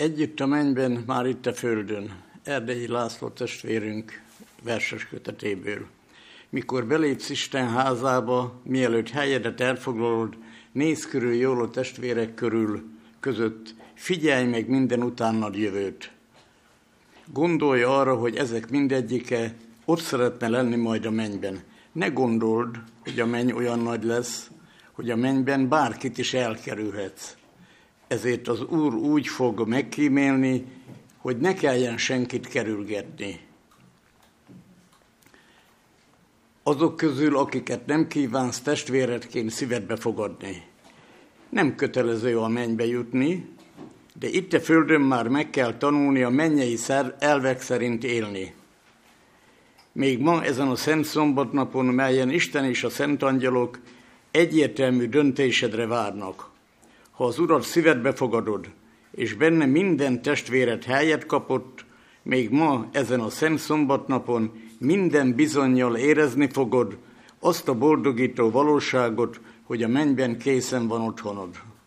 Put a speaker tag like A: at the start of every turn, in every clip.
A: Együtt a mennyben, már itt a földön, Erdélyi László testvérünk verses kötetéből. Mikor belépsz Isten házába, mielőtt helyedet elfoglalod, nézz körül jól a testvérek között, figyelj meg minden utánad jövőt. Gondolj arra, hogy ezek mindegyike ott szeretne lenni majd a mennyben. Ne gondold, hogy a menny olyan nagy lesz, hogy a mennyben bárkit is elkerülhetsz. Ezért az Úr úgy fog megkímélni, hogy ne kelljen senkit kerülgetni. Azok közül, akiket nem kívánsz testvéredként szívedbe fogadni. Nem kötelező a mennybe jutni, de itt a földön már meg kell tanulni a mennyei elvek szerint élni. Még ma ezen a Szent Szombatnapon, melyen Isten és a szent angyalok egyértelmű döntésedre várnak. Ha az Urat szívedbe fogadod, és benne minden testvéred helyet kapott, még ma ezen a Szent Szombatnapon minden bizonnyal érezni fogod azt a boldogító valóságot, hogy a mennyben készen van otthonod.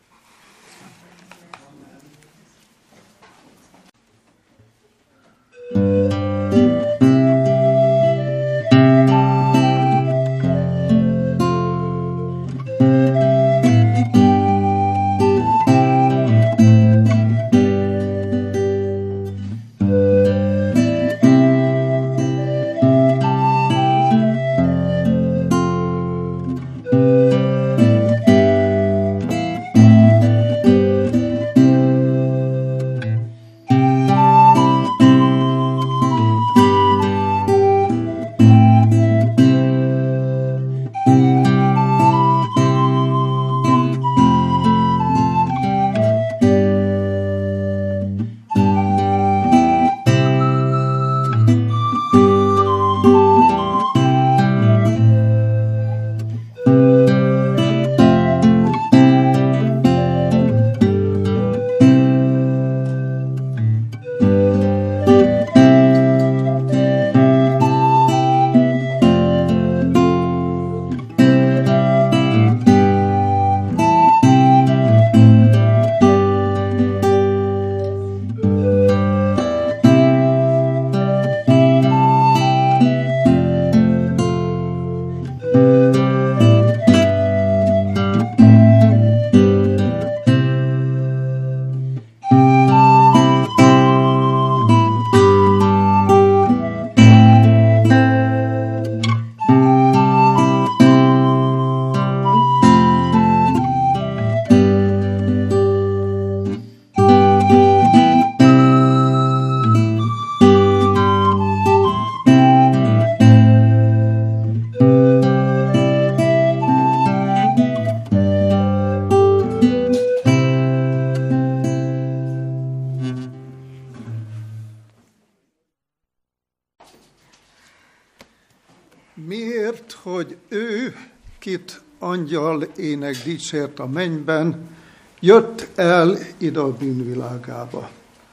B: Miért, hogy ő, kit angyal ének dicsért a mennyben, jött el ide a bűnvilágába?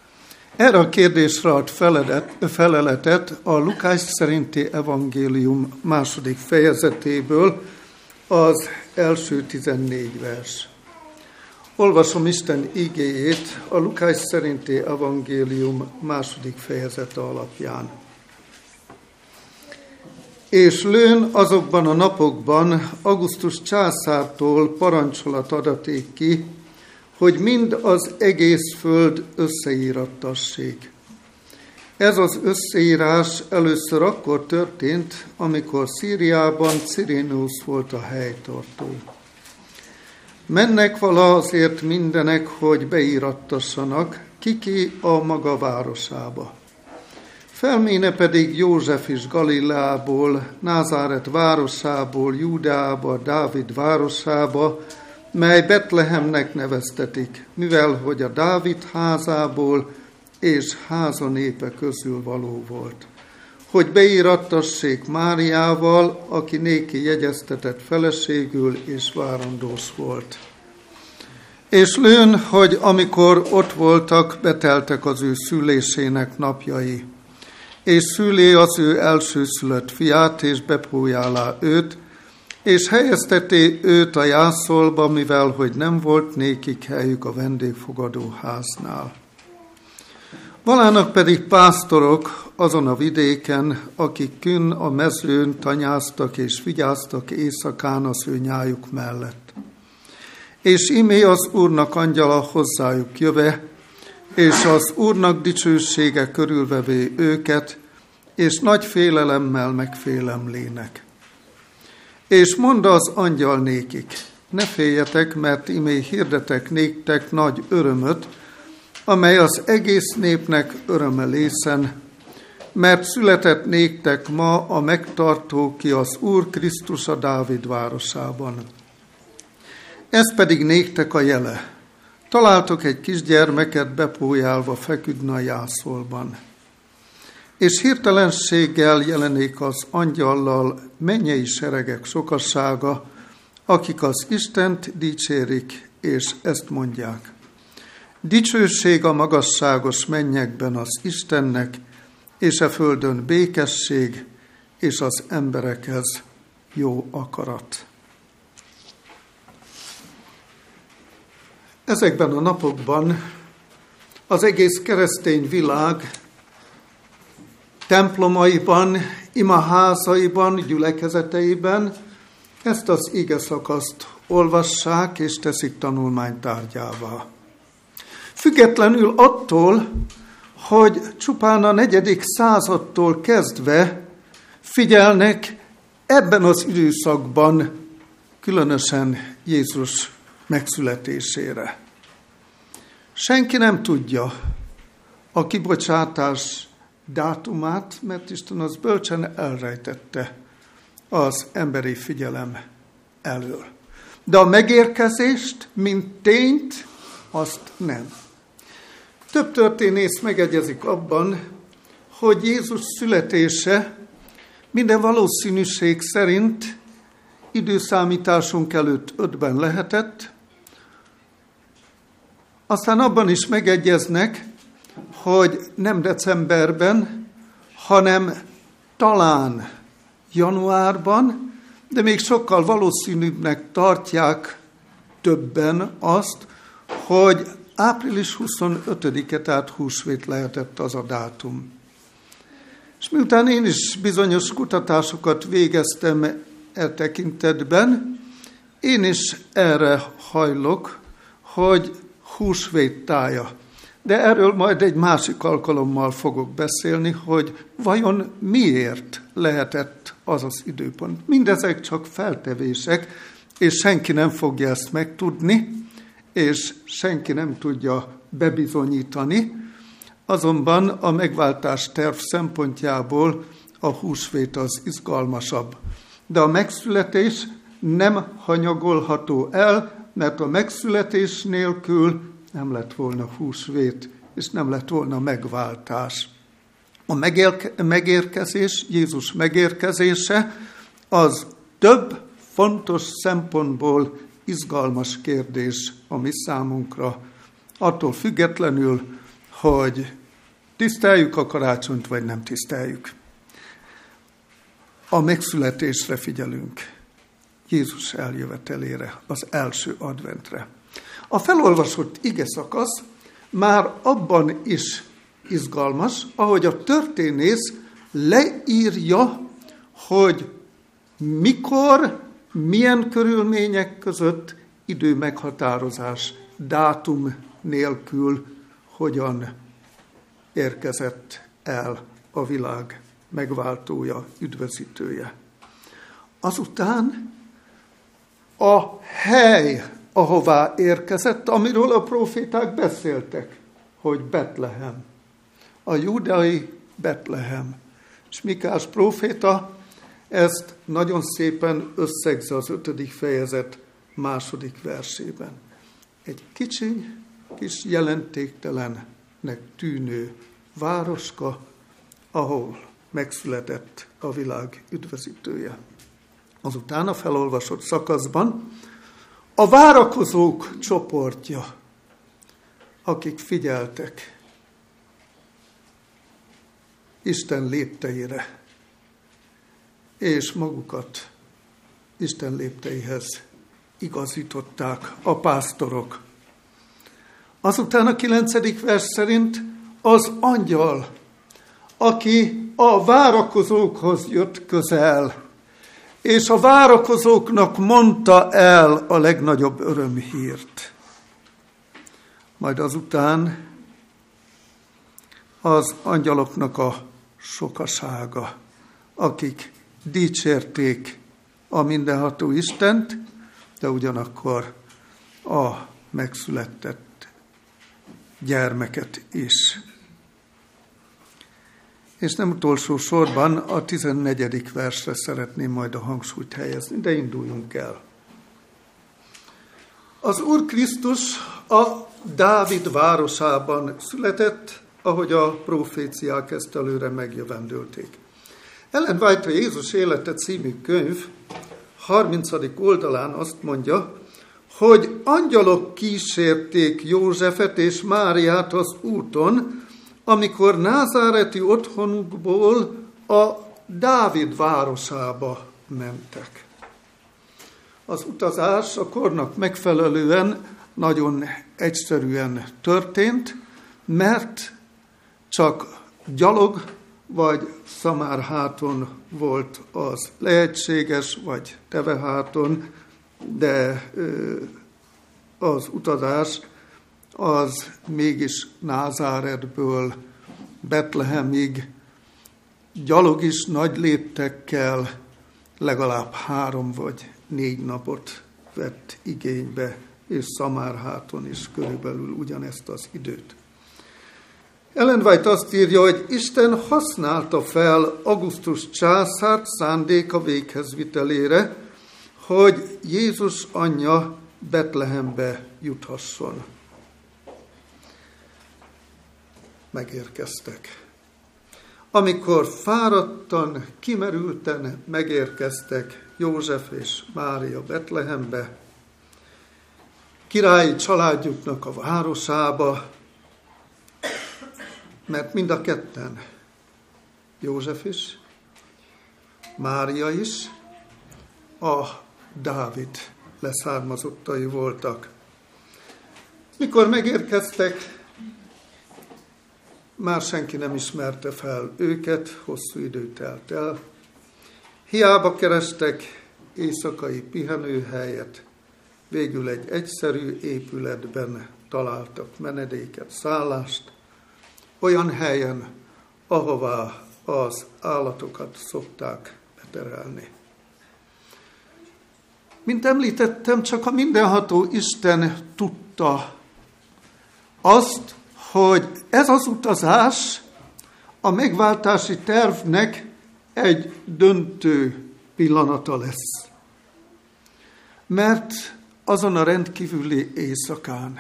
B: Erre a kérdésre ad feleletet a Lukács szerinti evangélium 2. fejezetéből az első 14 vers. Olvasom Isten igéjét a Lukács szerinti evangélium 2. fejezete alapján. És lőn azokban a napokban Augustus császártól parancsolat adaték ki, hogy mind az egész föld összeírattassék. Ez az összeírás először akkor történt, amikor Szíriában Cirénusz volt a helytartó. Mennek vala azért mindenek, hogy beírattassanak, kiki a maga városába. Felméne pedig József is Galileából, Názáret városából, Júdeába, Dávid városába, mely Betlehemnek neveztetik, mivel hogy a Dávid házából és háza népe közül való volt. Hogy beírattassék Máriával, aki néki jegyeztetett feleségül és várandós volt. És lőn, hogy amikor ott voltak, beteltek az ő szülésének napjai. És szülé az ő elsőszülött fiát, és beprójálá őt, és helyezteti őt a jászolba, mivel hogy nem volt nékik helyük a vendégfogadó háznál. Valának pedig pásztorok azon a vidéken, akik künn a mezőn tanyáztak és vigyáztak éjszakán az ő nyájuk mellett. És imé az Úrnak angyala hozzájuk jöve, és az Úrnak dicsősége körülvevé őket, és nagy félelemmel megfélemlének. És mondta az angyal nékik, ne féljetek, mert imé hirdetek néktek nagy örömöt, amely az egész népnek öröme lészen, mert született néktek ma a megtartó, ki az Úr Krisztus a Dávid városában. Ez pedig néktek a jele. Találtok egy kisgyermeket bepójálva feküdne a jászolban. És hirtelenséggel jelenik az angyallal mennyei seregek sokassága, akik az Istent dicsérik, és ezt mondják. Dicsőség a magasságos mennyekben az Istennek, és a földön békesség, és az emberekhez jó akarat. Ezekben a napokban az egész keresztény világ templomaiban, imaházaiban, gyülekezeteiben ezt az ige szakaszt olvassák és teszik tanulmánytárgyává. Függetlenül attól, hogy csupán a 4. századtól kezdve figyelnek ebben az időszakban különösen Jézus megszületésére. Senki nem tudja a kibocsátás dátumát, mert Isten az bölcsen elrejtette az emberi figyelem elől. De a megérkezést, mint tényt, azt nem. Több történész megegyezik abban, hogy Jézus születése minden valószínűség szerint időszámításunk előtt 5-ben lehetett, aztán abban is megegyeznek, hogy nem decemberben, hanem talán januárban, de még sokkal valószínűbbnek tartják többen azt, hogy április 25-e, tehát húsvét lehetett az a dátum. És miután én is bizonyos kutatásokat végeztem e tekintetben, én is erre hajlok, hogy húsvét tája. De erről majd egy másik alkalommal fogok beszélni, hogy vajon miért lehetett az az időpont. Mindezek csak feltevések, és senki nem fogja ezt megtudni, és senki nem tudja bebizonyítani. Azonban a megváltás terv szempontjából a húsvét az izgalmasabb. De a megszületés nem hanyagolható el, mert a megszületés nélkül nem lett volna húsvét, és nem lett volna megváltás. A megérkezés, Jézus megérkezése, az több fontos szempontból izgalmas kérdés a mi számunkra, attól függetlenül, hogy tiszteljük a karácsonyt, vagy nem tiszteljük. A megszületésre figyelünk, Jézus eljövetelére, az első adventre. A felolvasott ige szakasz már abban is izgalmas, ahogy a történész leírja, hogy mikor, milyen körülmények között idő meghatározás, dátum nélkül hogyan érkezett el a világ megváltója, üdvözítője. Azután a hely, ahová érkezett, amiről a próféták beszéltek, hogy Betlehem, a júdeai Betlehem. És Mikás próféta ezt nagyon szépen összegzi az 5. fejezet 2. versében. Egy kicsiny, kis jelentéktelennek tűnő városka, ahol megszületett a világ üdvözítője. Azután a felolvasott szakaszban a várakozók csoportja, akik figyeltek Isten lépteire, és magukat Isten lépteihez igazították a pásztorok. Azután a 9. vers szerint az angyal, aki a várakozókhoz jött közel, és a várakozóknak mondta el a legnagyobb örömhírt. Majd azután az angyaloknak a sokasága, akik dicsérték a mindenható Istent, de ugyanakkor a megszületett gyermeket is. És nem utolsó sorban a 14. versre szeretném majd a hangsúlyt helyezni, de induljunk el. Az Úr Krisztus a Dávid városában született, ahogy a proféciák ezt előre megjövendölték. Ellen White a Jézus élete című könyv 30. oldalán azt mondja, hogy angyalok kísérték Józsefet és Máriát az úton, amikor názáreti otthonukból a Dávid városába mentek. Az utazás a kornak megfelelően nagyon egyszerűen történt, mert csak gyalog vagy szamárháton volt az lehetséges, vagy teveháton, de az utazás az mégis Názáretből Betlehemig gyalog is nagy léptekkel legalább 3 vagy 4 napot vett igénybe, és Szamárháton is körülbelül ugyanezt az időt. Ellen White azt írja, hogy Isten használta fel Augustus császárt szándéka véghezvitelére, hogy Jézus anyja Betlehembe juthasson. Megérkeztek. Amikor fáradtan, kimerülten megérkeztek József és Mária Betlehembe, királyi családjuknak a városába, mert mind a ketten, József is, Mária is, a Dávid leszármazottai voltak. Mikor megérkeztek, már senki nem ismerte fel őket, hosszú idő telt el. Hiába kerestek éjszakai pihenőhelyet, végül egy egyszerű épületben találtak menedéket, szállást, olyan helyen, ahová az állatokat szokták beterelni. Mint említettem, csak a mindenható Isten tudta azt, hogy ez az utazás a megváltási tervnek egy döntő pillanata lesz. Mert azon a rendkívüli éjszakán,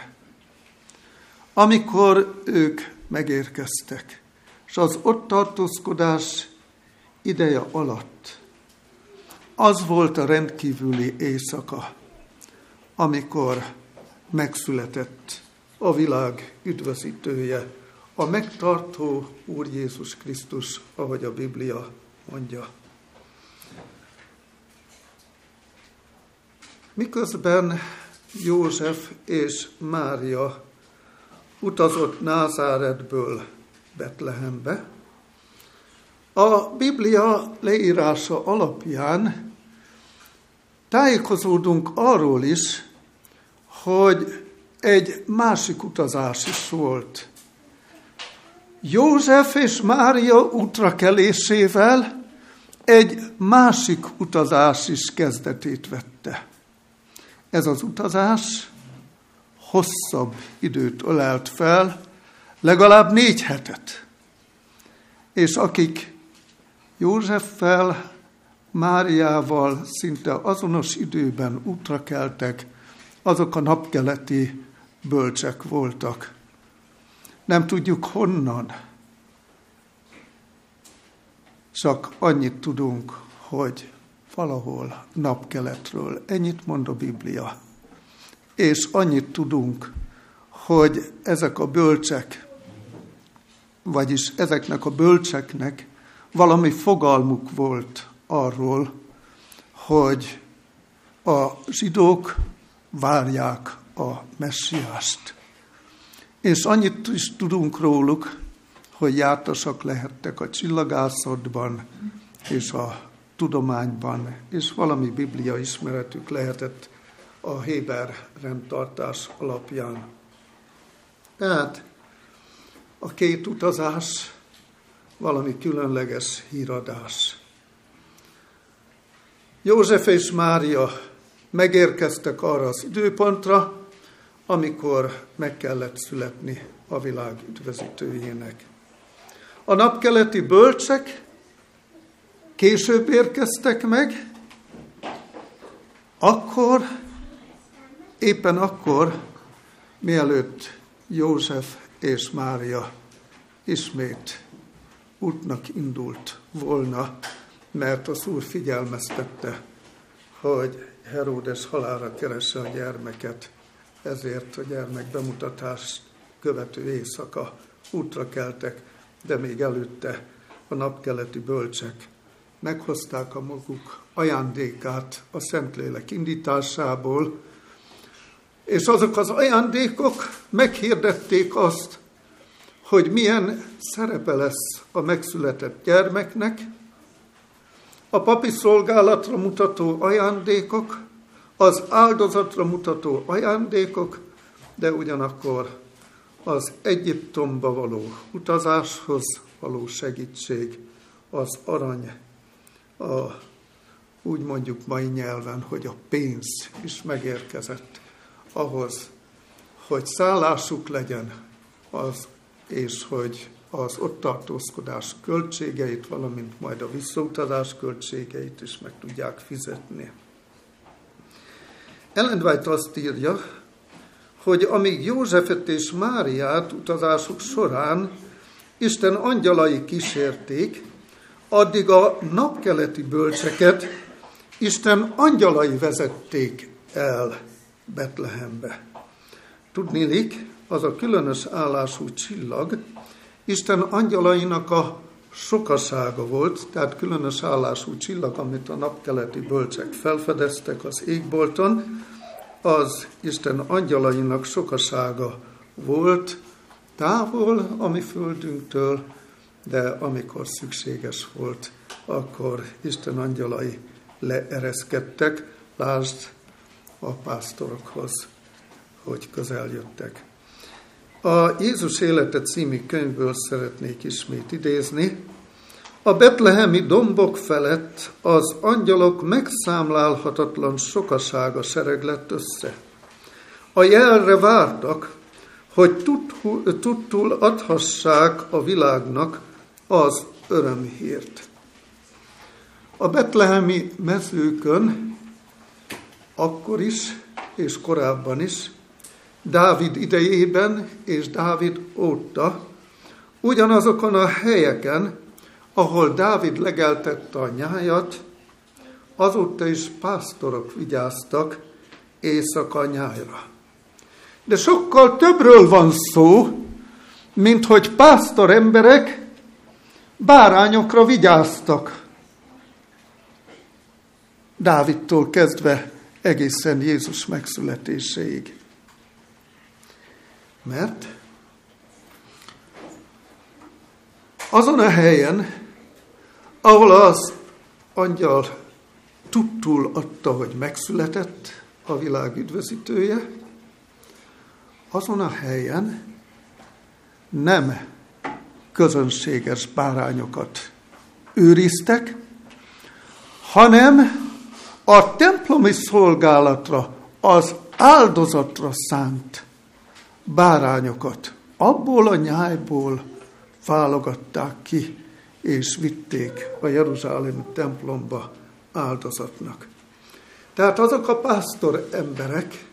B: amikor ők megérkeztek, és az ott tartózkodás ideje alatt, az volt a rendkívüli éjszaka, amikor megszületett a világ üdvözítője, a megtartó Úr Jézus Krisztus, ahogy a Biblia mondja. Miközben József és Mária utazott Názáretből Betlehembe, a Biblia leírása alapján tájékozódunk arról is, hogy egy másik utazás is volt. József és Mária útrakelésével egy másik utazás is kezdetét vette. Ez az utazás hosszabb időt ölelt fel, legalább 4 hetet. És akik Józseffel, Máriával szinte azonos időben útra keltek, azok a napkeleti bölcsek voltak. Nem tudjuk honnan, csak annyit tudunk, hogy valahol napkeletről. Ennyit mond a Biblia. És annyit tudunk, hogy ezek a bölcsek, vagyis ezeknek a bölcseknek valami fogalmuk volt arról, hogy a zsidók várják a messiást. És annyit is tudunk róluk, hogy jártasak lehettek a csillagászatban és a tudományban, és valami biblia ismeretük lehetett a héber rendtartás alapján. Tehát a két utazás valami különleges híradás. József és Mária megérkeztek arra az időpontra, amikor meg kellett születni a világ üdvözítőjének. A napkeleti bölcsek később érkeztek meg, éppen akkor, mielőtt József és Mária ismét útnak indult volna, mert az Úr figyelmeztette, hogy Heródes halálra keresse a gyermeket, ezért a gyermek bemutatást követő éjszaka útra keltek, de még előtte a napkeleti bölcsek meghozták a maguk ajándékát a Szentlélek indításából, és azok az ajándékok meghirdették azt, hogy milyen szerepe lesz a megszületett gyermeknek, a papi szolgálatra mutató ajándékok, az áldozatra mutató ajándékok, de ugyanakkor az Egyiptomba való utazáshoz való segítség, az arany, úgy mondjuk mai nyelven, hogy a pénz is megérkezett ahhoz, hogy szállásuk legyen, és hogy az ott tartózkodás költségeit, valamint majd a visszautazás költségeit is meg tudják fizetni. Ellen White azt írja, hogy amíg Józsefet és Máriát utazásuk során Isten angyalai kísérték, addig a napkeleti bölcseket Isten angyalai vezették el Betlehembe. Tudniillik, az a különös állású csillag Isten angyalainak a sokasága volt, tehát különös állású csillag, amit a napkeleti bölcsek felfedeztek az égbolton, az Isten angyalainak sokasága volt, távol a mi földünktől, de amikor szükséges volt, akkor Isten angyalai leereszkedtek, lásd a pásztorokhoz, hogy közel jöttek. A Jézus élete című könyvből szeretnék ismét idézni. A betlehemi dombok felett az angyalok megszámlálhatatlan sokasága sereglett össze. A jelre vártak, hogy tudtul adhassák a világnak az örömhírt. A betlehemi mezőkön akkor is és korábban is, Dávid idejében és Dávid óta, ugyanazokon a helyeken, ahol Dávid legeltette a nyájat, azóta is pásztorok vigyáztak éjszaka nyájra. De sokkal többről van szó, mint hogy pásztor emberek bárányokra vigyáztak. Dávidtól kezdve egészen Jézus megszületéséig. Mert azon a helyen, ahol az angyal tudtul adta, hogy megszületett a világ üdvözítője, azon a helyen nem közönséges bárányokat őriztek, hanem a templomi szolgálatra, az áldozatra szánt bárányokat abból a nyájból válogatták ki, és vitték a jeruzsálemi templomba áldozatnak. Tehát azok a pásztor emberek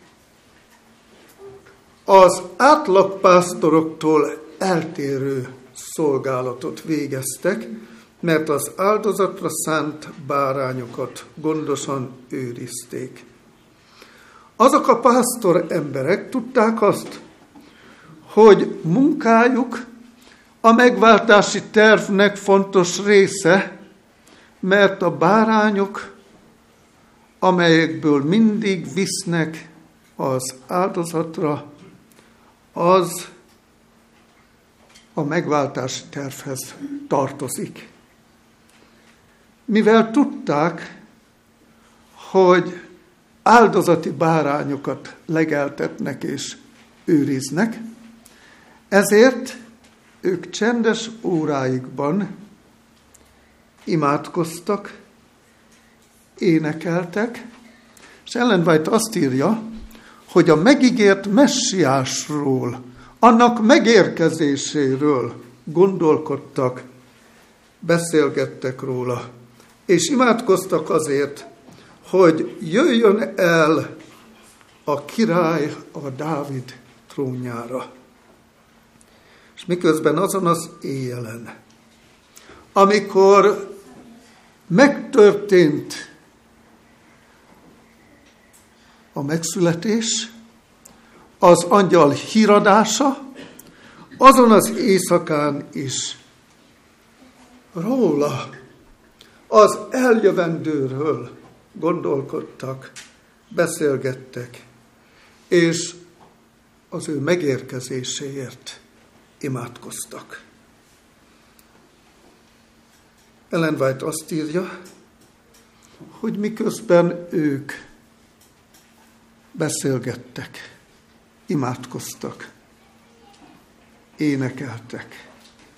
B: az átlagpásztoroktól eltérő szolgálatot végeztek, mert az áldozatra szánt bárányokat gondosan őrizték. Azok a pásztor emberek tudták azt, hogy munkájuk a megváltási tervnek fontos része, mert a bárányok, amelyekből mindig visznek az áldozatra, a megváltási tervhez tartozik. Mivel tudták, hogy áldozati bárányokat legeltetnek és őriznek, ezért ők csendes óráikban imádkoztak, énekeltek, és Ellen White azt írja, hogy a megígért messiásról, annak megérkezéséről gondolkodtak, beszélgettek róla, és imádkoztak azért, hogy jöjjön el a király a Dávid trónjára. És miközben azon az éjjelen, amikor megtörtént a megszületés, az angyal híradása, azon az éjszakán is róla, az eljövendőről gondolkodtak, beszélgettek, és az ő megérkezéséért imádkoztak. Ellen White azt írja, hogy miközben ők beszélgettek, imádkoztak, énekeltek,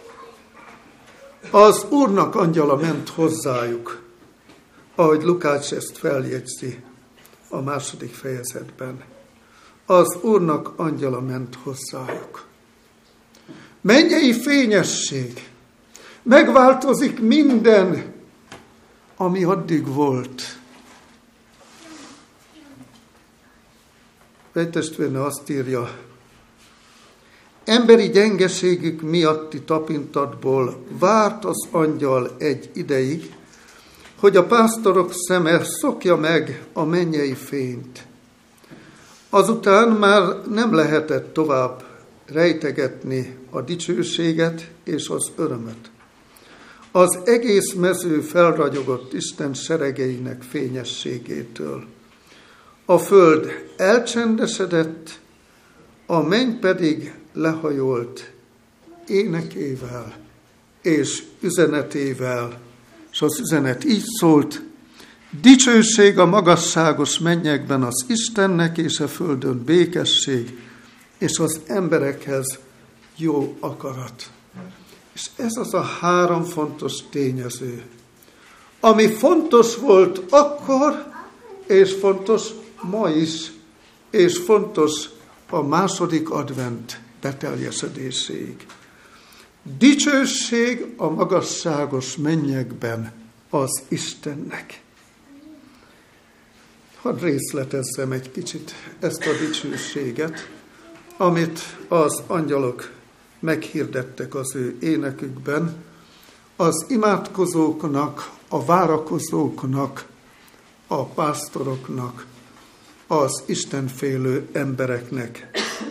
B: az Úrnak angyala ment hozzájuk, ahogy Lukács ezt feljegyzi a 2. fejezetben. Az Úrnak angyala ment hozzájuk. Mennyei fényesség, megváltozik minden, ami addig volt. Egy testvérnő azt írja, emberi gyengeségük miatti tapintatból várt az angyal egy ideig, hogy a pásztorok szeme szokja meg a mennyei fényt. Azután már nem lehetett tovább rejtegetni a dicsőséget és az örömet. Az egész mező felragyogott Isten seregeinek fényességétől. A föld elcsendesedett, a menny pedig lehajolt énekével és üzenetével, és az üzenet így szólt, dicsőség a magasságos mennyekben az Istennek, és a földön békesség, és az emberekhez jó akarat. És ez az a 3 fontos tényező, ami fontos volt akkor, és fontos ma is, és fontos a 2. advent beteljesedéséig. Dicsőség a magasságos mennyekben az Istennek. Hadd részletezzem egy kicsit ezt a dicsőséget, amit az angyalok meghirdettek az ő énekükben, az imádkozóknak, a várakozóknak, a pásztoroknak, az istenfélő embereknek.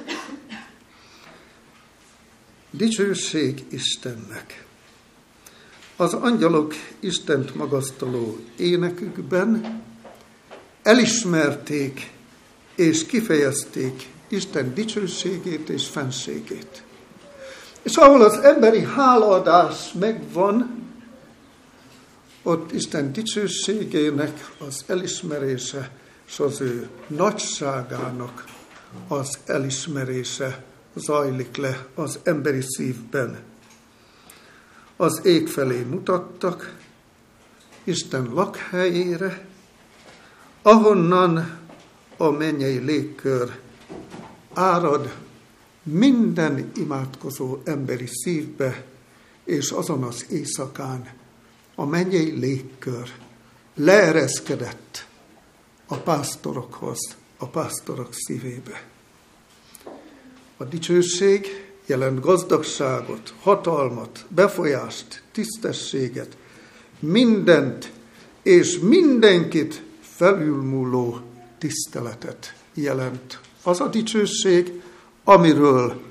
B: Dicsőség Istennek. Az angyalok Istent magasztaló énekükben elismerték és kifejezték Isten dicsőségét és fenségét. És ahol az emberi hálaadás megvan, ott Isten dicsőségének az elismerése, és az ő nagyságának az elismerése zajlik le az emberi szívben. Az ég felé mutattak, Isten lakhelyére, ahonnan a mennyei légkör árad minden imádkozó emberi szívbe, és azon az éjszakán a mennyei légkör leereszkedett a pásztorokhoz, a pásztorok szívébe. A dicsőség jelent gazdagságot, hatalmat, befolyást, tisztességet, mindent és mindenkit felülmúló tiszteletet jelent. Az a dicsőség, amiről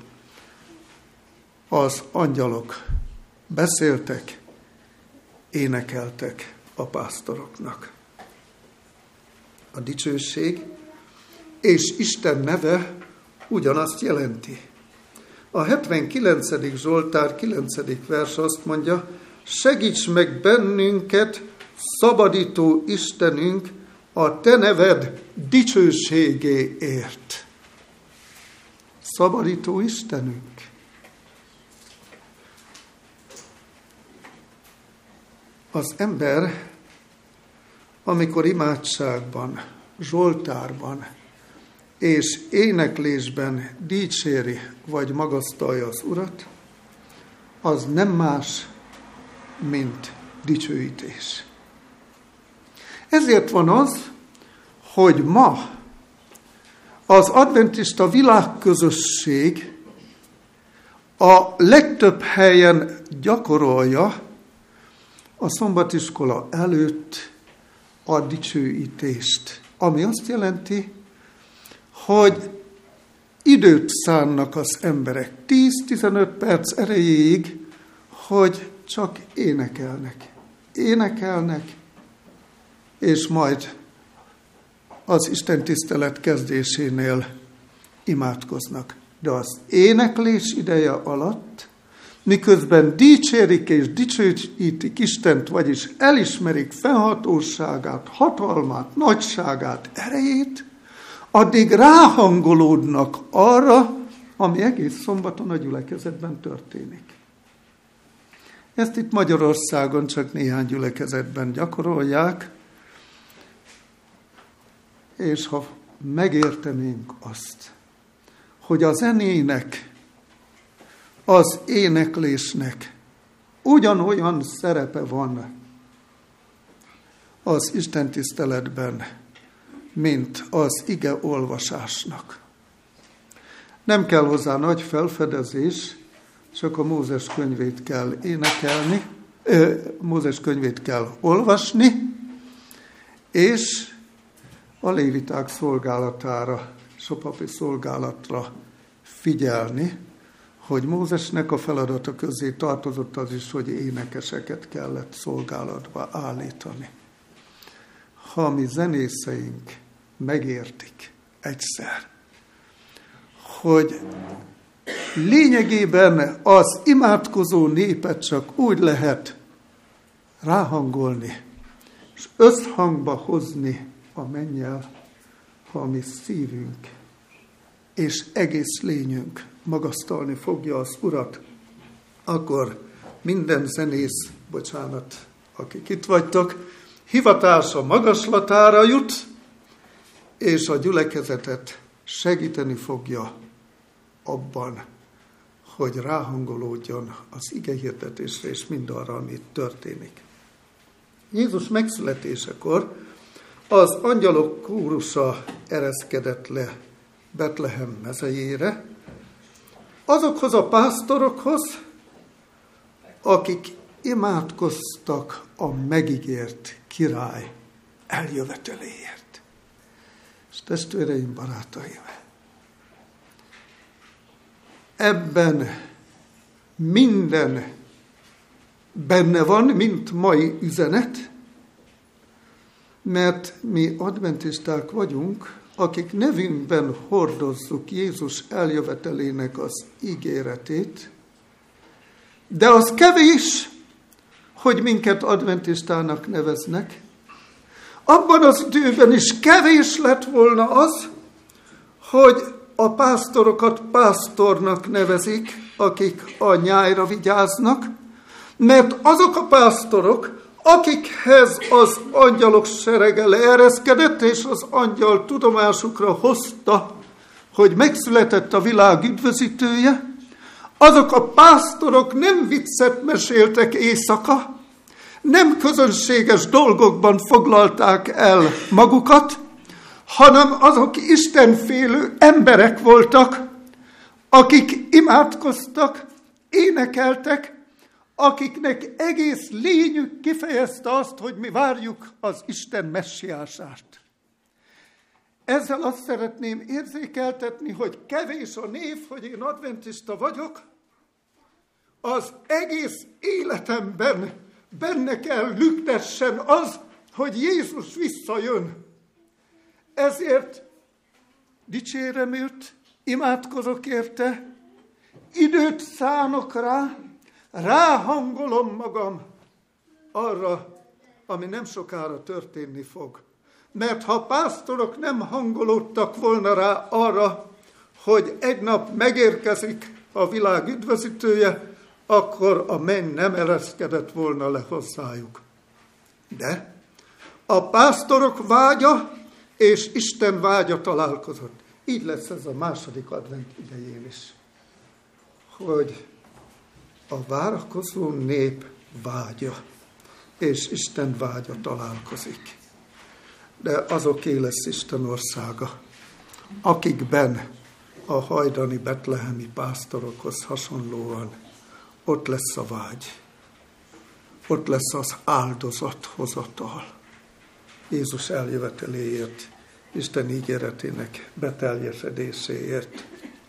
B: az angyalok beszéltek, énekeltek a pásztoroknak. A dicsőség és Isten neve ugyanazt jelenti. A 79. Zsoltár 9. vers azt mondja, segíts meg bennünket, szabadító Istenünk, a te neved dicsőségéért. Szabadító Istenünk. Az ember, amikor imádságban, zsoltárban és éneklésben dicséri vagy magasztalja az Urat, az nem más, mint dicsőítés. Ezért van az, hogy ma az adventista világközösség a legtöbb helyen gyakorolja a szombatiskola előtt a dicsőítést, ami azt jelenti, hogy időt szánnak az emberek 10-15 perc erejéig, hogy csak énekelnek, és majd az istentisztelet kezdésénél imádkoznak. De az éneklés ideje alatt, miközben dicsérik és dicsőítik Istent, vagyis elismerik fennhatóságát, hatalmát, nagyságát, erejét, addig ráhangolódnak arra, ami egész szombaton a gyülekezetben történik. Ezt itt Magyarországon csak néhány gyülekezetben gyakorolják, és ha megértenénk azt, hogy a zenének, az éneklésnek ugyanolyan szerepe van az istentiszteletben, mint az ige olvasásnak. Nem kell hozzá nagy felfedezés, csak a Mózes könyvét kell énekelni, Mózes könyvét kell olvasni, és a léviták szolgálatára, és a papi szolgálatra figyelni, hogy Mózesnek a feladata közé tartozott az is, hogy énekeseket kellett szolgálatba állítani. Ha a mi zenészeink megértik egyszer, hogy lényegében az imádkozó népet csak úgy lehet ráhangolni, és összhangba hozni a mennyel, ha a mi szívünk és egész lényünk magasztalni fogja az Urat, akkor minden zenész, bocsánat, akik itt vagytok, hivatása magaslatára jut, és a gyülekezetet segíteni fogja abban, hogy ráhangolódjon az igehirdetésre és mindarra, ami itt történik. Jézus megszületésekor az angyalok kórusa ereszkedett le Betlehem mezejére, azokhoz a pásztorokhoz, akik imádkoztak a megígért király eljöveteléért. És testvéreim, barátaim, ebben minden benne van, mint mai üzenet, mert mi adventisták vagyunk, akik nevünkben hordozzuk Jézus eljövetelének az ígéretét, de az kevés, hogy minket adventistának neveznek. Abban az időben is kevés lett volna az, hogy a pásztorokat pásztornak nevezik, akik a nyájra vigyáznak, mert azok a pásztorok, akikhez az angyalok serege leereszkedett, és az angyal tudomásukra hozta, hogy megszületett a világ üdvözítője, azok a pásztorok nem viccet meséltek éjszaka, nem közönséges dolgokban foglalták el magukat, hanem azok istenfélő emberek voltak, akik imádkoztak, énekeltek, akiknek egész lényük kifejezte azt, hogy mi várjuk az Isten messiását. Ezzel azt szeretném érzékeltetni, hogy kevés a név, hogy én adventista vagyok, az egész életemben benne kell lüktessen az, hogy Jézus visszajön. Ezért dicsérem őt, imádkozok érte, időt szánok rá, ráhangolom magam arra, ami nem sokára történni fog. Mert ha pásztorok nem hangolódtak volna rá arra, hogy egy nap megérkezik a világ üdvözítője, akkor a menny nem ereszkedett volna le hozzájuk. De a pásztorok vágya és Isten vágya találkozott. Így lesz ez a második advent idején is, hogy a várakozó nép vágya és Isten vágya találkozik. De azoké lesz Isten országa, akikben a hajdani betlehemi pásztorokhoz hasonlóan ott lesz a vágy, ott lesz az áldozathozatal. Jézus eljöveteléért, Isten ígéretének beteljesedéséért.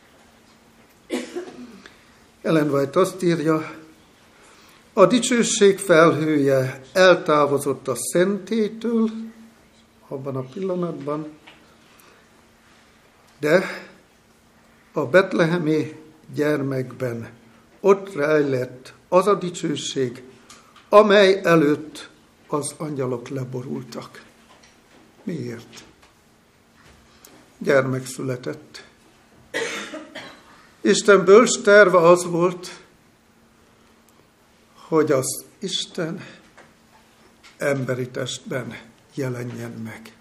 B: Ellen White azt írja, a dicsőség felhője eltávozott a szentélytől abban a pillanatban, de a betlehemi gyermekben ott rejlett az a dicsőség, amely előtt az angyalok leborultak. Miért? Gyermek született. Isten bölcs terve az volt, hogy az Isten emberi testben jelenjen meg.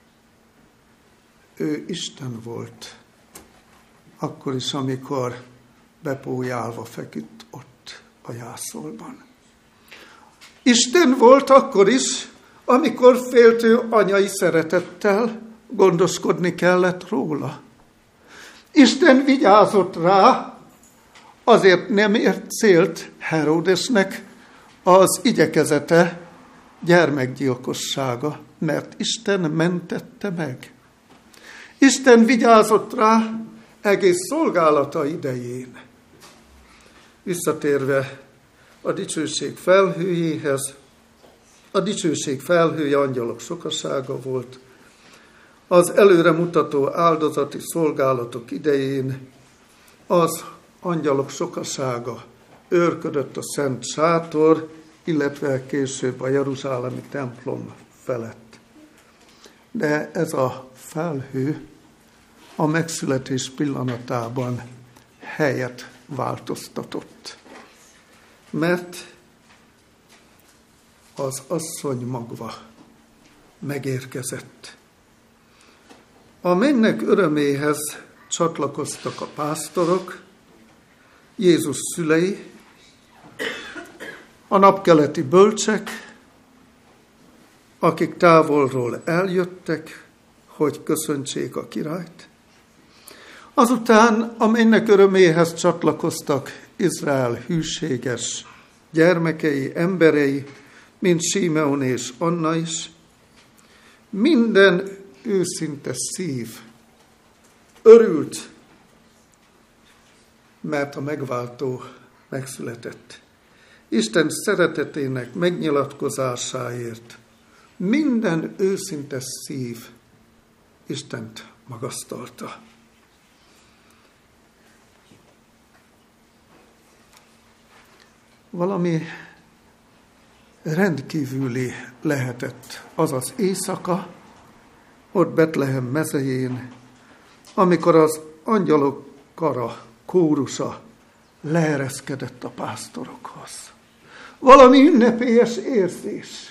B: Ő Isten volt, akkor is, amikor bepójálva feküdt ott a jászolban. Isten volt akkor is, amikor féltő anyai szeretettel gondoskodni kellett róla. Isten vigyázott rá, azért nem ért célt Heródesnek az igyekezete, gyermekgyilkossága, mert Isten mentette meg. Isten vigyázott rá egész szolgálata idején. Visszatérve a dicsőség felhőjéhez, a dicsőség felhője angyalok sokasága volt. Az előremutató áldozati szolgálatok idején az angyalok sokasága őrködött a szent sátor, illetve később a jeruzsálemi templom felett. De ez a felhő a megszületés pillanatában helyet változtatott. Mert az asszony magva megérkezett. A mennynek öröméhez csatlakoztak a pásztorok, Jézus szülei, a napkeleti bölcsek, akik távolról eljöttek, hogy köszöntsék a királyt. Azután a mennynek öröméhez csatlakoztak Izrael hűséges gyermekei, emberei, mint Simeon és Anna is. Minden őszinte szív örült, mert a megváltó megszületett. Isten szeretetének megnyilatkozásáért minden őszinte szív Istent magasztalta. Valami rendkívüli lehetett az az éjszaka, ott Betlehem mezején, amikor az angyalok kara, kórusa leereszkedett a pásztorokhoz. Valami ünnepélyes érzés.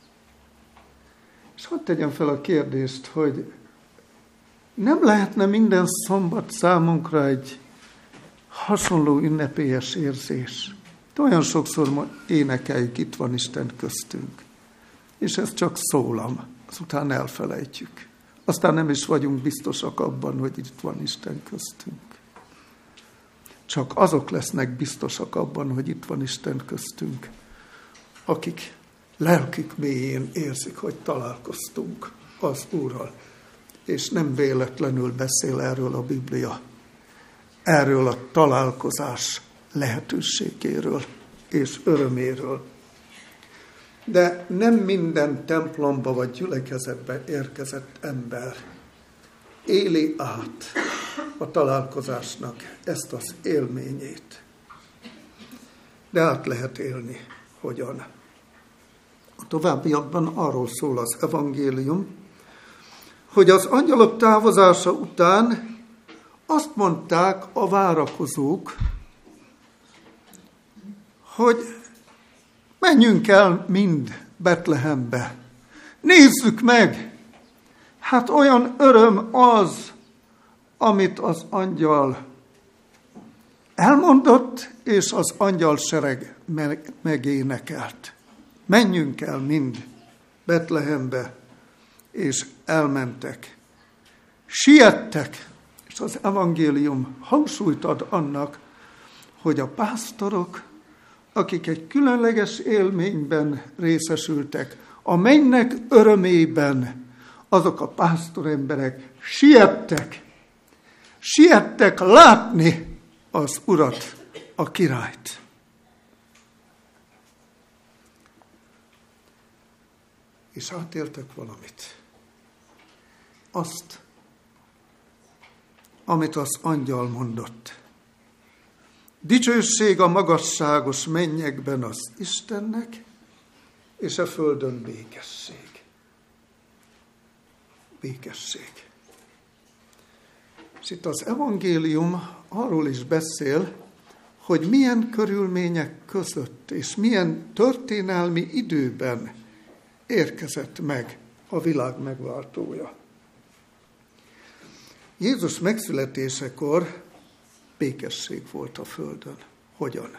B: És hadd tegyem fel a kérdést, hogy nem lehetne minden szombat számunkra egy hasonló ünnepélyes érzés? De olyan sokszor énekeljük, itt van Isten köztünk. És ez csak szólam, azután elfelejtjük. Aztán nem is vagyunk biztosak abban, hogy itt van Isten köztünk. Csak azok lesznek biztosak abban, hogy itt van Isten köztünk, akik lelkük mélyén érzik, hogy találkoztunk az Úrral. És nem véletlenül beszél erről a Biblia, erről a találkozás lehetőségéről és öröméről. De nem minden templomba vagy gyülekezetbe érkezett ember éli át a találkozásnak ezt az élményét. De át lehet élni. Hogyan? A továbbiakban arról szól az evangélium, hogy az angyalok távozása után azt mondták a várakozók, hogy menjünk el mind Betlehembe. Nézzük meg! Hát olyan öröm az, amit az angyal elmondott, és az angyalsereg megénekelt. Menjünk el mind Betlehembe, és elmentek. Siettek, és az evangélium hangsúlyt ad annak, hogy a pásztorok, akik egy különleges élményben részesültek, a mennynek örömében, azok a pásztoremberek siettek látni az Urat, a királyt. És átéltek valamit. Azt, amit az angyal mondott. Dicsőség a magasságos mennyekben az Istennek, és a földön békesség. Békesség. És itt az evangélium arról is beszél, hogy milyen körülmények között és milyen történelmi időben érkezett meg a világ megváltója. Jézus megszületésekor békesség volt a földön. Hogyan?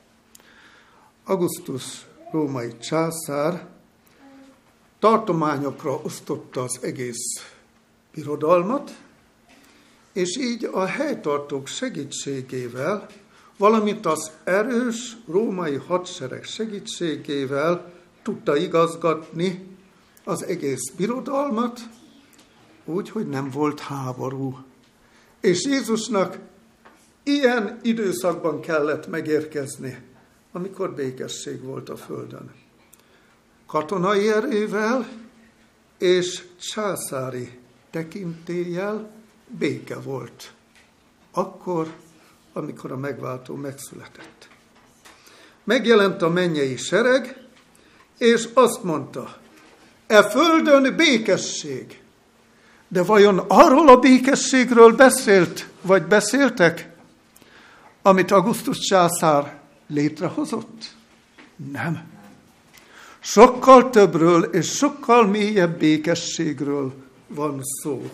B: Augustus római császár tartományokra osztotta az egész birodalmat, és így a helytartók segítségével, valamint az erős római hadsereg segítségével tudta igazgatni az egész birodalmat, úgy, hogy nem volt háború. És Jézusnak ilyen időszakban kellett megérkezni, amikor békesség volt a földön. Katonai erővel és császári tekintéllyel béke volt. Akkor, amikor a megváltó megszületett. Megjelent a mennyei sereg, és azt mondta, e földön békesség. De vajon arról a békességről beszéltek, amit Augustus császár létrehozott? Nem. Sokkal többről és sokkal mélyebb békességről van szó.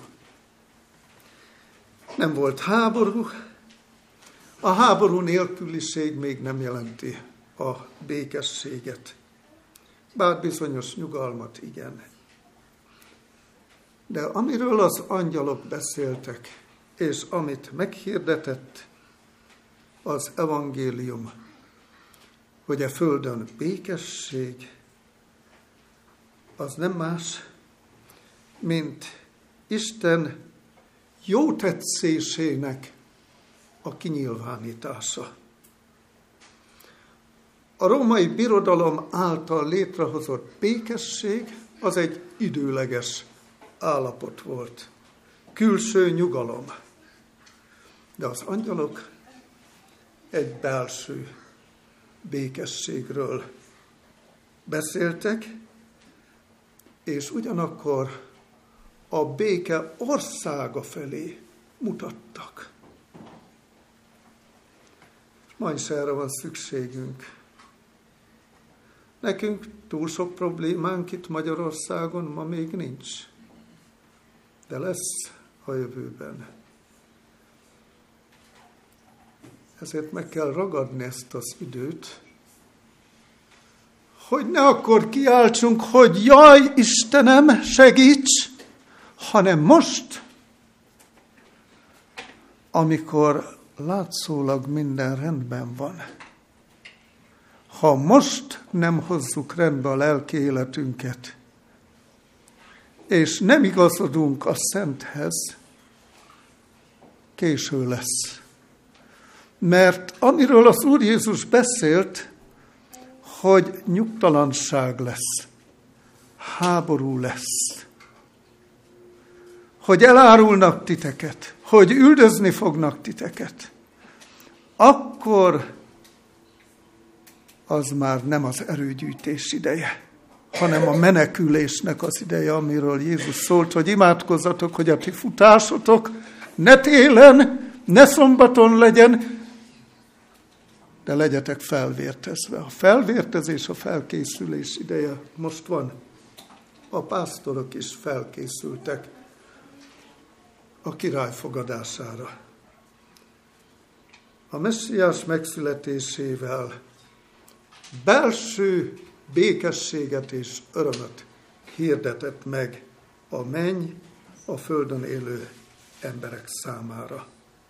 B: Nem volt háború, a háború nélküliség még nem jelenti a békességet. Bár bizonyos nyugalmat igen. De amiről az angyalok beszéltek, és amit meghirdetett az evangélium, hogy a földön békesség, az nem más, mint Isten jótetszésének a kinyilvánítása. A római birodalom által létrehozott békesség az egy időleges állapot volt. Külső nyugalom. De az angyalok egy belső békességről beszéltek, és ugyanakkor a béke országa felé mutattak. Ma is erre van szükségünk. Nekünk túl sok problémánk itt Magyarországon ma még nincs, de lesz a jövőben. Ezért meg kell ragadni ezt az időt, hogy ne akkor kiáltsunk, hogy jaj, Istenem, segíts, hanem most, amikor látszólag minden rendben van. Ha most nem hozzuk rendbe a lelki életünket, és nem igazodunk a Szenthez, késő lesz. Mert amiről az Úr Jézus beszélt, hogy nyugtalanság lesz, háború lesz, hogy elárulnak titeket, hogy üldözni fognak titeket, akkor az már nem az erőgyűjtés ideje, hanem a menekülésnek az ideje, amiről Jézus szólt, hogy imádkozzatok, hogy a ti futásotok ne télen, ne szombaton legyen, de legyetek felvértezve. A felvértezés, a felkészülés ideje most van. A pásztorok is felkészültek a király fogadására. A messziás megszületésével belső békességet és örömöt hirdetett meg a menny a földön élő emberek számára.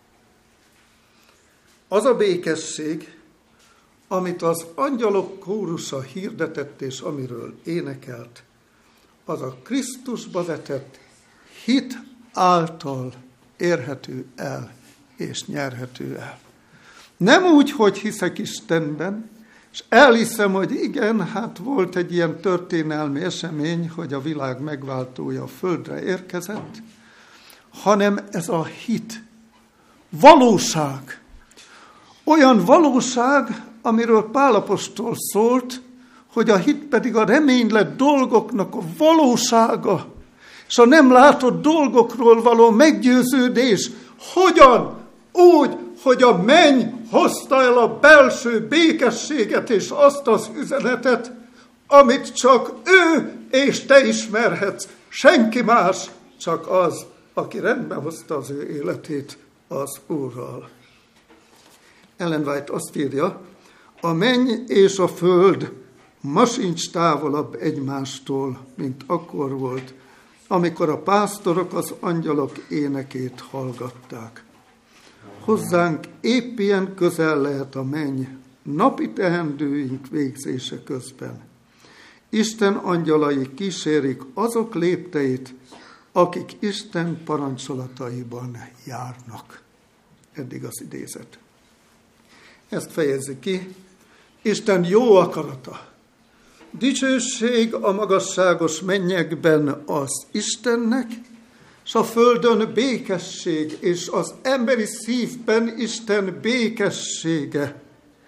B: Az a békesség, amit az angyalok kórusa hirdetett és amiről énekelt, az a Krisztusba vetett hit által érhető el és nyerhető el. Nem úgy, hogy hiszek Istenben, és elhiszem, hogy igen, hát volt egy ilyen történelmi esemény, hogy a világ megváltója a földre érkezett, hanem ez a hit, valóság. Olyan valóság, amiről Pál apostol szólt, hogy a hit pedig a reménylett dolgoknak a valósága, és a nem látott dolgokról való meggyőződés. Hogyan? Úgy, hogy a menny hozta el a belső békességet és azt az üzenetet, amit csak ő és te ismerhetsz. Senki más, csak az, aki rendben hozta az ő életét az Úrral. Ellen White azt írja, a menny és a föld ma sincs távolabb egymástól, mint akkor volt, amikor a pásztorok az angyalok énekét hallgatták. Hozzánk épp ilyen közel lehet a menny napi teendőink végzése közben. Isten angyalai kísérik azok lépteit, akik Isten parancsolataiban járnak. Eddig az idézet. Ezt fejezi ki, Isten jó akarata. Dicsőség a magasságos mennyekben az Istennek, és a földön békesség, és az emberi szívben Isten békessége,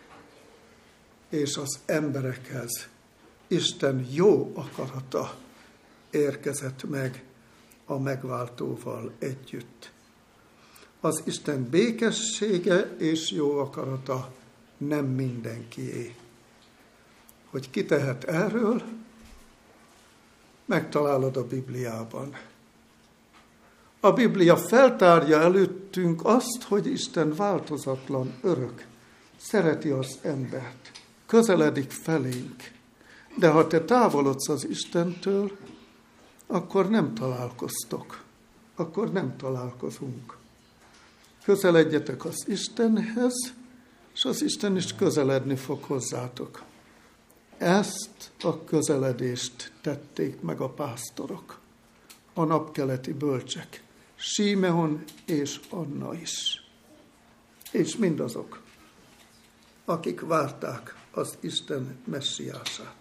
B: és az emberekhez Isten jó akarata érkezett meg a megváltóval együtt. Az Isten békessége és jó akarata nem mindenkié. Hogy ki tehet erről, megtalálod a Bibliában. A Biblia feltárja előttünk azt, hogy Isten változatlan, örök, szereti az embert, közeledik felénk. De ha te távolodsz az Istentől, akkor nem találkoztok, akkor nem találkozunk. Közeledjetek az Istenhez, és az Isten is közeledni fog hozzátok. Ezt a közeledést tették meg a pásztorok, a napkeleti bölcsek, Símeon és Anna is, és mindazok, akik várták az Isten messziását.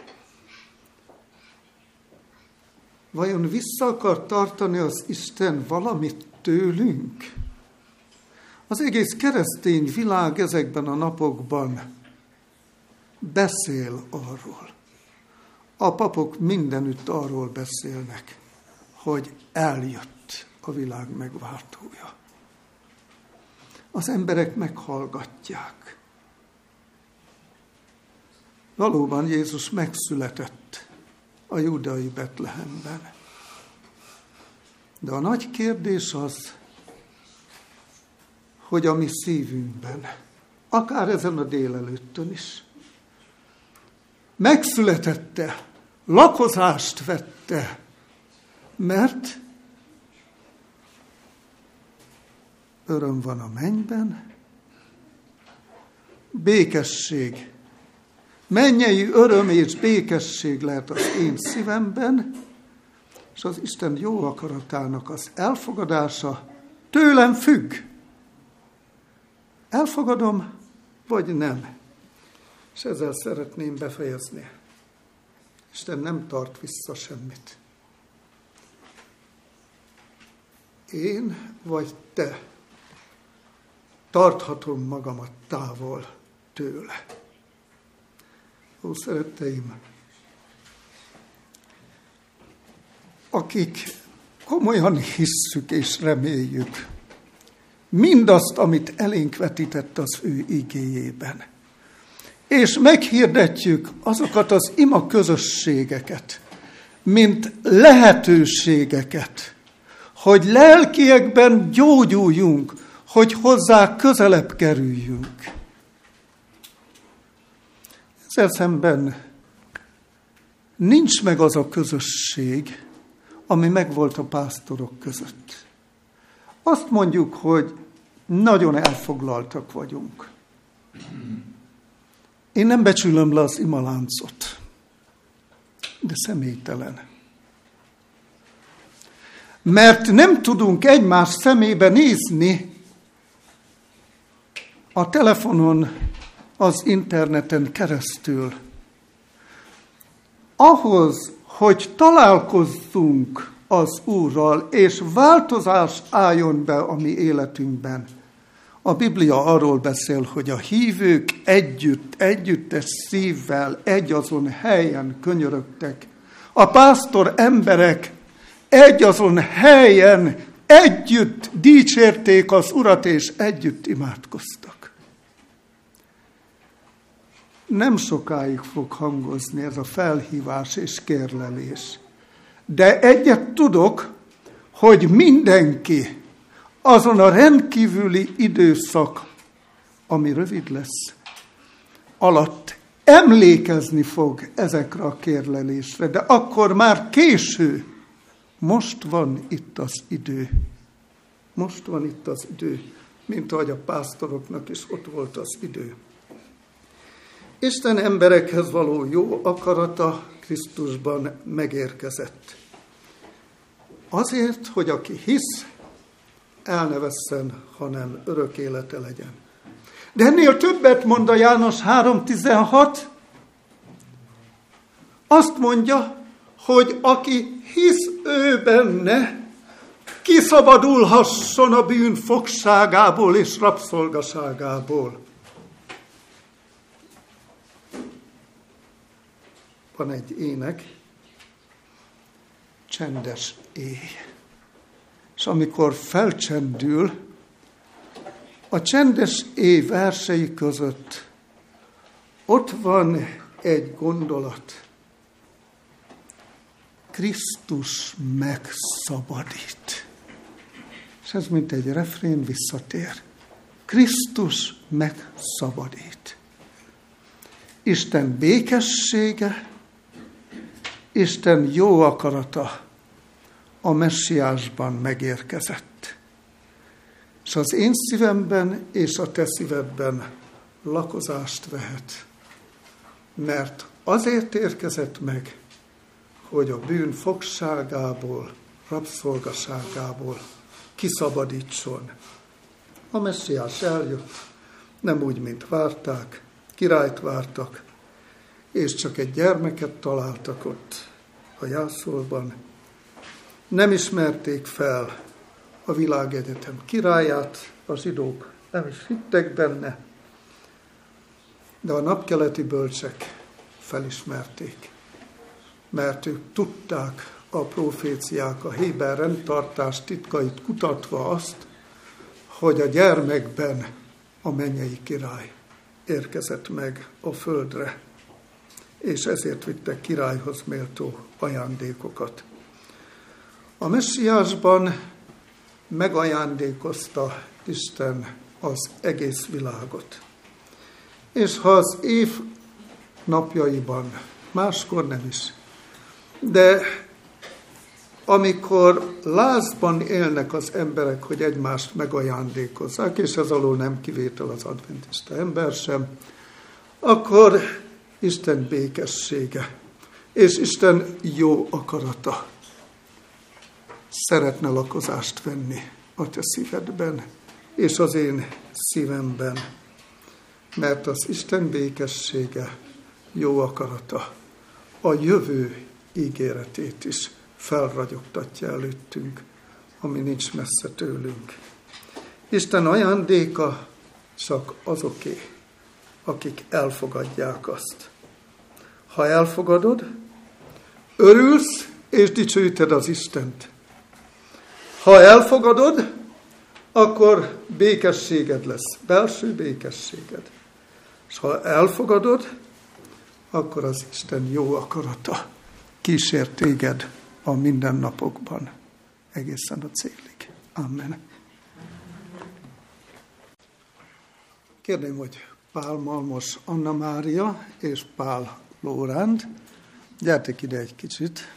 B: Vajon vissza akar tartani az Isten valamit tőlünk? Az egész keresztény világ ezekben a napokban beszél arról. A papok mindenütt arról beszélnek, hogy eljött a világ megváltója. Az emberek meghallgatják. Valóban Jézus megszületett a júdeai Betlehemben. De a nagy kérdés az, hogy a mi szívünkben, akár ezen a délelőttön is, megszületette, lakozást vette, mert öröm van a mennyben, békesség, mennyei öröm és békesség lehet az én szívemben, és az Isten jó akaratának az elfogadása tőlem függ. Elfogadom, vagy nem? És ezzel szeretném befejezni. Isten nem tart vissza semmit. én vagy te tarthatom magamat távol tőle. Ó, szeretteim, akik komolyan hisszük és reméljük mindazt, amit elénk vetített az ő igéjében, és meghirdetjük azokat az ima közösségeket, mint lehetőségeket, hogy lelkiekben gyógyuljunk, hogy hozzá közelebb kerüljünk. Ezzel szemben nincs meg az a közösség, ami megvolt a pásztorok között. Azt mondjuk, hogy nagyon elfoglaltak vagyunk. Én nem becsülöm le az imaláncot, de személytelen. Mert nem tudunk egymás szemébe nézni a telefonon, az interneten keresztül. Ahhoz, hogy találkozzunk az Úrral, és változás álljon be a mi életünkben, a Biblia arról beszél, hogy a hívők együttes szívvel, egyazon helyen könyörögtek. A pásztor emberek egyazon helyen együtt dicsérték az Urat, és együtt imádkoztak. Nem sokáig fog hangozni ez a felhívás és kérlelés. De egyet tudok, hogy mindenki azon a rendkívüli időszak, ami rövid lesz, alatt emlékezni fog ezekre a kérlelésre, de akkor már késő. Most van itt az idő. Most van itt az idő, mint ahogy a pásztoroknak is ott volt az idő. Isten emberekhez való jó akarata Krisztusban megérkezett. Azért, hogy aki hisz, el ne vesszen, hanem örök élete legyen. De ennél többet mond a János 3:16. Azt mondja, hogy aki hisz ő benne, kiszabadulhasson a bűn fogságából és rabszolgaságából. Van egy ének, csendes éj. És amikor felcsendül, a csendes éj versei között ott van egy gondolat. Krisztus megszabadít. És ez mint egy refrén visszatér. Krisztus megszabadít. Isten békessége, Isten jó akarata a messiásban megérkezett. És az én szívemben és a te szívedben lakozást vehet. Mert azért érkezett meg, hogy a bűn fogságából, rabszolgaságából kiszabadítson. A messiás eljött, nem úgy, mint várták, királyt vártak, és csak egy gyermeket találtak ott a jászolban. Nem ismerték fel a világegyetem királyát, a zsidók nem is hittek benne, de a napkeleti bölcsek felismerték, mert ők tudták a proféciák, a héber rendtartás titkait kutatva azt, hogy a gyermekben a mennyei király érkezett meg a földre, és ezért vittek királyhoz méltó ajándékokat. A messiásban megajándékozta Isten az egész világot. És ha az év napjaiban, máskor nem is, de amikor lázban élnek az emberek, hogy egymást megajándékozzák, és ez alól nem kivétel az adventista ember sem, akkor Isten békessége és Isten jó akarata szeretne lakozást venni a te szívedben és az én szívemben, mert az Isten békessége, jó akarata a jövő ígéretét is felragyogtatja előttünk. ami nincs messze tőlünk. Isten ajándéka csak azoké, akik elfogadják azt. Ha elfogadod, örülsz és dicsőíted az Istent. Ha elfogadod, akkor békességed lesz, belső békességed. És ha elfogadod, akkor az Isten jó akarata kísér téged a mindennapokban, egészen a célig. Amen. Kérném, hogy Pál Malmos Anna Mária és Pál Lóránd, gyertek ide egy kicsit.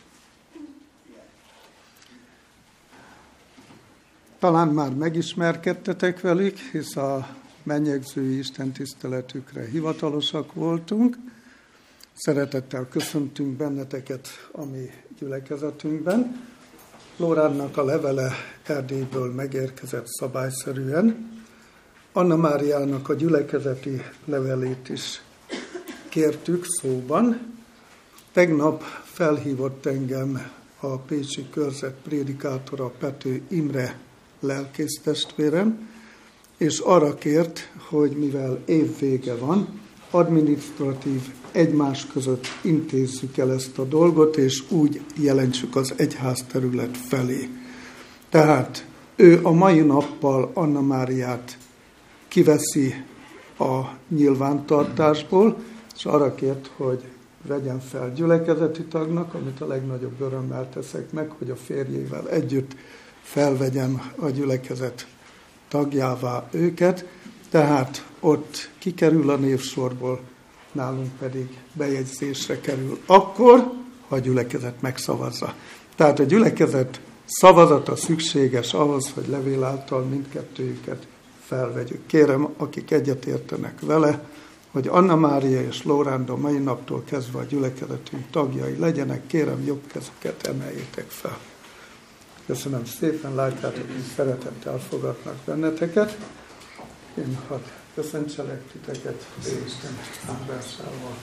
B: Talán már megismerkedtetek velük, hisz a mennyegzői istentiszteletükre hivatalosak voltunk. Szeretettel köszöntünk benneteket a mi gyülekezetünkben. Lórándnak a levele Erdélyből megérkezett szabályszerűen. Anna Máriának a gyülekezeti levelét is kértük szóban. Tegnap felhívott engem a pécsi körzet prédikátora Pető Imre lelkésztestvérem, és arra kért, hogy mivel évvége van, adminisztratív egymás között intézzük el ezt a dolgot, és úgy jelentsük az egyház terület felé. Tehát ő a mai nappal Anna Máriát kiveszi a nyilvántartásból, és arra kért, hogy vegyen fel gyülekezeti tagnak, amit a legnagyobb örömmel teszek meg, hogy a férjével együtt felvegyem a gyülekezet tagjává őket, tehát ott kikerül a névsorból, nálunk pedig bejegyzésre kerül akkor, ha a gyülekezet megszavazza. Tehát a gyülekezet szavazata szükséges ahhoz, hogy levél által mindkettőjüket felvegyük. Kérem, akik egyetértenek vele, hogy Anna Mária és Lóránd a mai naptól kezdve a gyülekezetünk tagjai legyenek, kérem, jobb kezüket emeljétek fel. Köszönöm szépen, látjátok, hogy szeretettel fogadnak benneteket. Én hadd köszöntselek titeket Isten áldásával.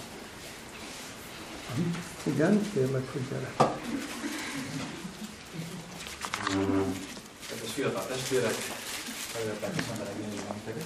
B: Igen, kérlek, hogy gyere.
C: Kedves fiatal testvérek, szeretettel köszöntelek én is benneteket.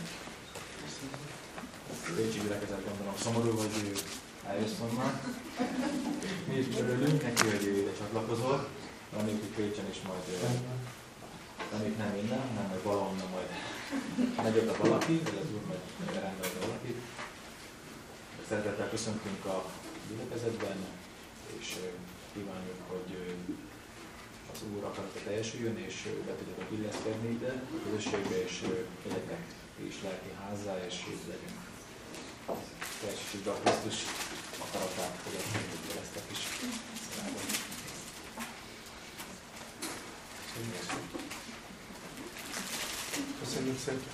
C: Pécsi gyülekezet, gondolom szomorú, hogy eljössz onnan. Mi is örülünk neki, hogy ide csatlakozol. Reméljük, hogy Pécsen is majd, reméljük nem minden, hanem majd valahonnan majd megy oda valaki, vagy az Úr majd rendel valaki. Szeretettel köszöntünk a gyülekezetben, és kívánjuk, hogy az Úr akarata teljesüljön, és be tudjatok illeszkedni ide a közösségbe, és legyetek is lelki házzá, és legyünk. Teljesítsük be a Krisztus akaratát, hogy éreztek is.
B: Köszönjük szépen.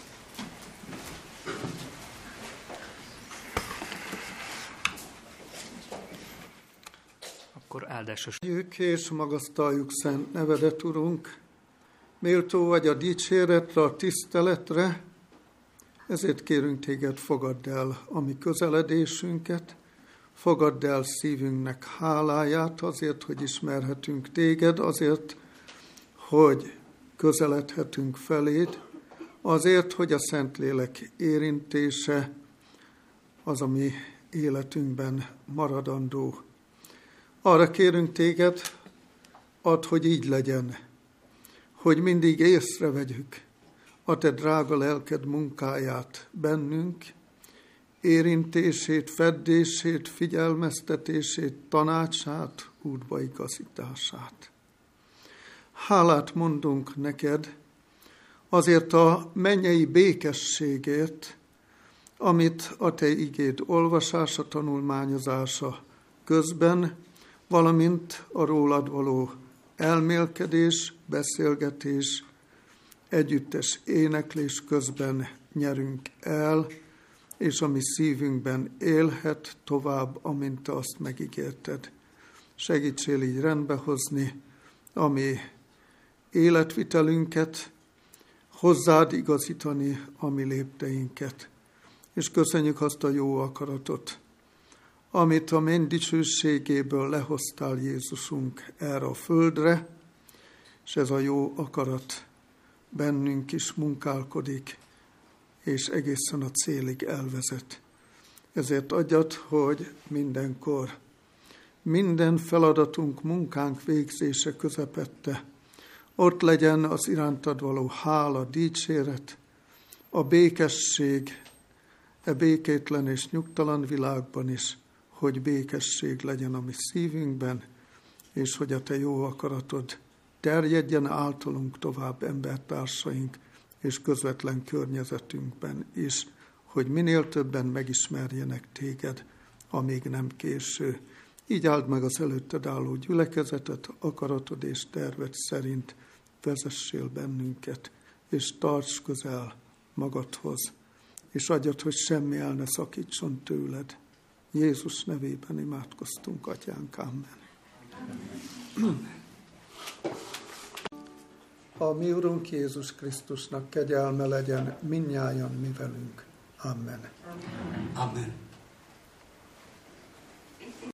D: Akkor áldásos.
B: És magasztaljuk szent nevedet, Urunk. Méltó vagy a dicséretre, a tiszteletre, ezért kérünk téged, fogadd el a mi közeledésünket, fogadd el szívünknek háláját azért, hogy ismerhetünk téged, azért, hogy közeledhetünk feléd, azért, hogy a Szentlélek érintése az a mi életünkben maradandó. Arra kérünk téged, add, hogy így legyen, hogy mindig észrevegyük a te drága lelked munkáját bennünk, érintését, feddését, figyelmeztetését, tanácsát, útba igazítását. Hálát mondunk neked azért a mennyei békességért, amit a te igéd olvasása, tanulmányozása közben, valamint a rólad való elmélkedés, beszélgetés, együttes éneklés közben nyerünk el, és a mi szívünkben élhet tovább, amint te azt megígérted. Segítsél így rendbehozni a mi életvitelünket, hozzád igazítani a mi lépteinket. És köszönjük azt a jó akaratot, amit a menny dicsőségéből lehoztál, Jézusunk, erre a földre, és ez a jó akarat bennünk is munkálkodik, és egészen a célig elvezet. Ezért adjad, hogy mindenkor, minden feladatunk, munkánk végzése közepette ott legyen az irántad való hála, dicséret, a békesség, békétlen és nyugtalan világban is, hogy békesség legyen a mi szívünkben, és hogy a te jó akaratod terjedjen általunk tovább embertársaink és közvetlen környezetünkben is, hogy minél többen megismerjenek téged, amíg nem késő. Így áld meg az előtted álló gyülekezetet, akaratod és terved szerint, vezessél bennünket, és tarts közel magadhoz, és adjad, hogy semmi el ne szakítson tőled. Jézus nevében imádkoztunk, Atyánk, amen. A mi Urunk Jézus Krisztusnak kegyelme legyen mindnyájan mi velünk. Amen.
A: Amen.